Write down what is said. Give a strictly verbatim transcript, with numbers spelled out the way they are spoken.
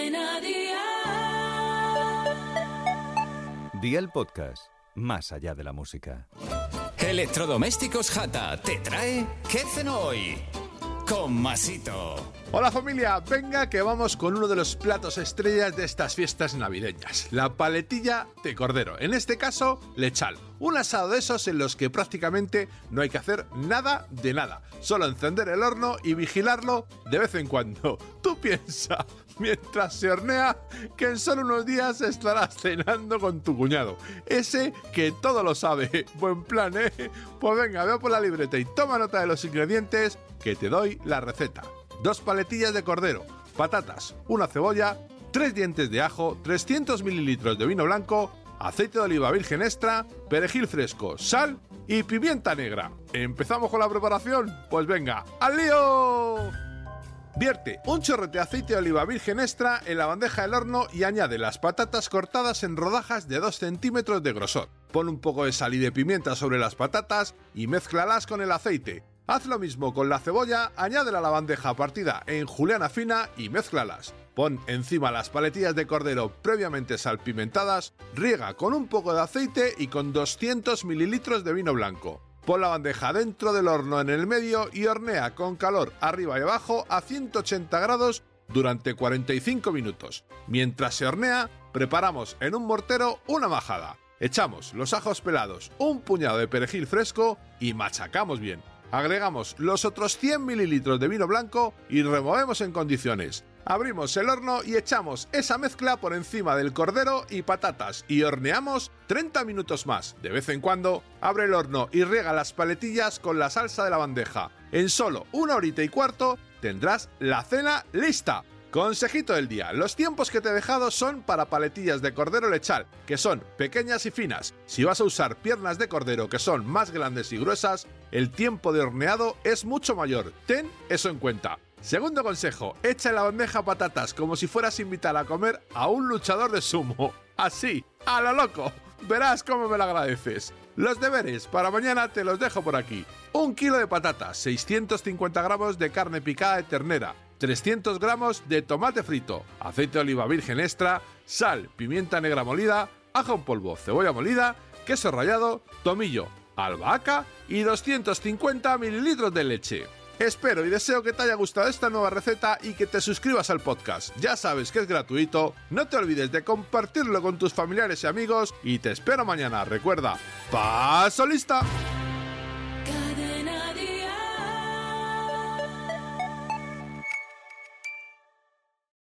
Cadena Dial. Dial Podcast, más allá de la música. Electrodomésticos Jata te trae ¿Qué cenó hoy? Con Masito. Hola familia, venga que vamos con uno de los platos estrellas de estas fiestas navideñas, la paletilla de cordero, en este caso lechal, un asado de esos en los que prácticamente no hay que hacer nada de nada, solo encender el horno y vigilarlo de vez en cuando. Tú piensa, mientras se hornea, que en solo unos días estarás cenando con tu cuñado, ese que todo lo sabe. Buen plan, ¿eh? Pues venga, veo por la libreta y toma nota de los ingredientes que te doy la receta. Dos paletillas de cordero, patatas, una cebolla, tres dientes de ajo, trescientos mililitros de vino blanco, aceite de oliva virgen extra, perejil fresco, sal y pimienta negra. ¿Empezamos con la preparación? Pues venga, ¡al lío! Vierte un chorrete de aceite de oliva virgen extra en la bandeja del horno y añade las patatas cortadas en rodajas de dos centímetros de grosor. Pon un poco de sal y de pimienta sobre las patatas y mézclalas con el aceite. Haz lo mismo con la cebolla, añádela a la bandeja partida en juliana fina y mézclalas. Pon encima las paletillas de cordero previamente salpimentadas, riega con un poco de aceite y con doscientos mililitros de vino blanco. Pon la bandeja dentro del horno en el medio y hornea con calor arriba y abajo a ciento ochenta grados durante cuarenta y cinco minutos. Mientras se hornea, preparamos en un mortero una majada. Echamos los ajos pelados, un puñado de perejil fresco y machacamos bien. Agregamos los otros cien mililitros de vino blanco y removemos en condiciones. Abrimos el horno y echamos esa mezcla por encima del cordero y patatas y horneamos treinta minutos más. De vez en cuando, abre el horno y riega las paletillas con la salsa de la bandeja. En solo una horita y cuarto tendrás la cena lista. Consejito del día, los tiempos que te he dejado son para paletillas de cordero lechal, que son pequeñas y finas. Si vas a usar piernas de cordero que son más grandes y gruesas, el tiempo de horneado es mucho mayor. Ten eso en cuenta. Segundo consejo, echa en la bandeja patatas como si fueras a invitar a comer a un luchador de sumo. Así, a lo loco. Verás cómo me lo agradeces. Los deberes para mañana te los dejo por aquí. Un kilo de patatas, seiscientos cincuenta gramos de carne picada de ternera, trescientos gramos de tomate frito, aceite de oliva virgen extra, sal, pimienta negra molida, ajo en polvo, cebolla molida, queso rallado, tomillo, albahaca y doscientos cincuenta mililitros de leche. Espero y deseo que te haya gustado esta nueva receta y que te suscribas al podcast. Ya sabes que es gratuito, no te olvides de compartirlo con tus familiares y amigos y te espero mañana. Recuerda, ¡paso lista!